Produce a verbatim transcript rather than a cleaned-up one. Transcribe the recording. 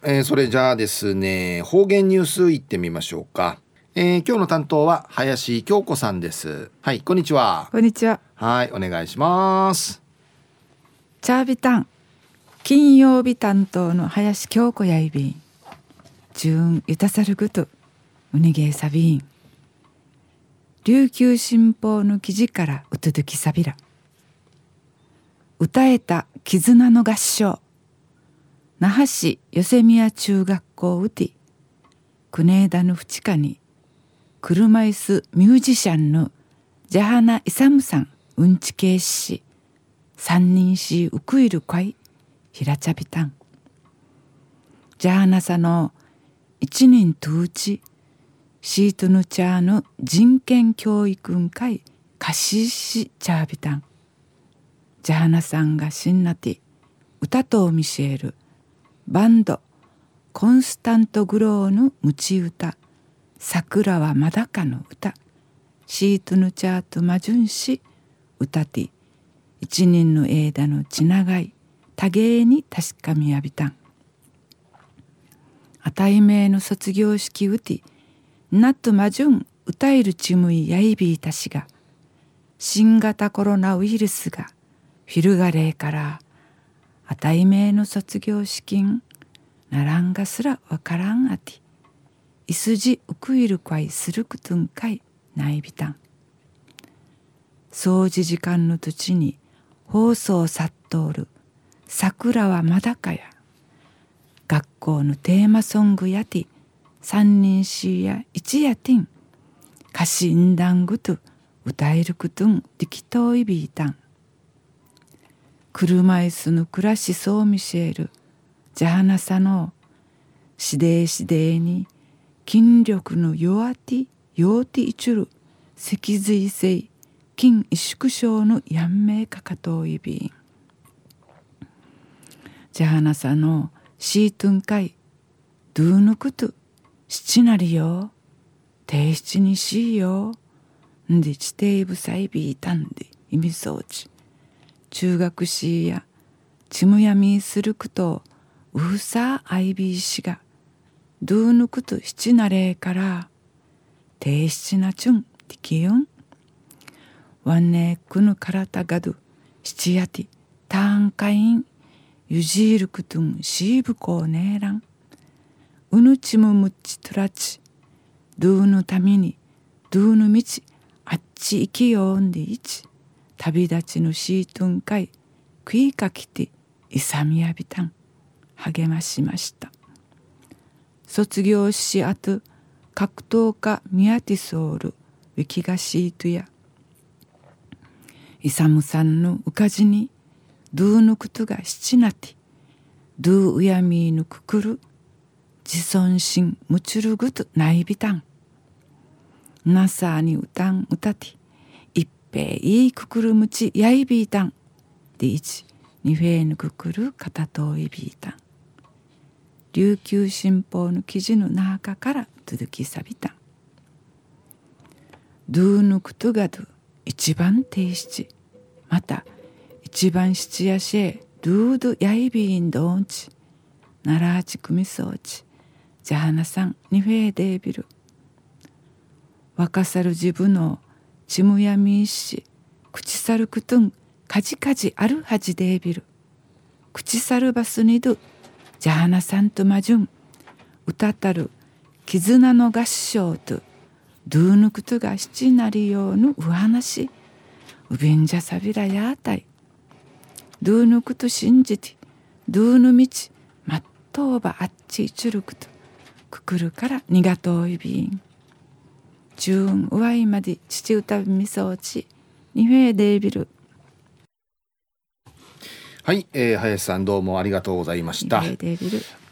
えーそれじゃあですね、方言ニュースいってみましょうか。えー今日の担当は林京子さんです。はい、こんにちは。 こんにちは。 はい、お願いします。 チャービタン金曜日担当の林京子やいびんジューンゆたさるぐとうにげえさびん琉球新報の記事からうとどきさびら歌えた絆の合唱那覇市よせみや中学校うて国枝のふちかに車椅子ミュージシャンのジャハナイサムさんうんちけいし三人しウクイルかいひらちゃびたんジャーナサの一人とうちシートヌチャーの人権教育ん会カシシチャービタンジャーナさんがしんなて歌とミシェルバンドコンスタントグローのムチ歌桜はまだかの歌シートヌチャーとマジュンシ歌て一人の枝のちながい多芸に確かみやびたんあたいめの卒業式うてなっとまじゅん歌えるちむいやいびいたしが新型コロナウイルスがフィルガレーからあたいめの卒業式んならんがすらわからんあていすじうくいるかいするくとんかいないびたん掃除時間の土地に放送さっとおる桜はまだかや学校のテーマソングやて三人しや一夜てん歌詞んだんぐと歌えるくとんできといびいたん車椅子の暮らしそうみせえるジャーナサのしでいしでいに筋力の弱て弱ていちゅる脊髄性筋萎縮症のやんめいかかといびんジャーナサのシートンかいドゥーヌクトゥ七なりよ定七にしいよんでちていぶさいびいたんで意味そうち中学しやちむやみするくとうさあいびいしがドゥーヌクトゥ七なれから定七なちゅんてきよんワンネークヌカラタガド七やてターンカインユジールクトゥンシーブコーネーランウヌチムムッチトラチドゥーヌためにドゥーヌみちあっち行きよんでいち旅立ちのシートンかいクイかきていさみやびたん励ましました卒業しあと格闘家ミヤティソールウィキガシートやイサムさんのうかじにドゥーヌクトが七なてドゥーウヤミーヌククル自尊心ムチュルグとないびたんなさに歌ん歌て一平いいくくるむちやいびいたんでいちにフェーヌくくるかたといびいたん琉球新報の記事の中から続きさびたんドゥーヌクトガドゥ一番定七また一番七やしえドゥードやいびんどんちならあちくみそうちジャハナさんにフェーデービル若さる自分のちむやみいし口さるくとんかじかじあるはじデービル口さるバスにどジャハナさんとまじゅん歌たる絆の合唱とドゥーヌクトが七なりようのう話うびんじゃさびらやあたいドゥーヌクト信じてドゥーヌ道まっとうばあっちいちゅるくとくくるからにがとういびんジューンうわいまで父歌みそうちにフェーデービルはい、えー林さんどうもありがとうございました。 にフェーデービル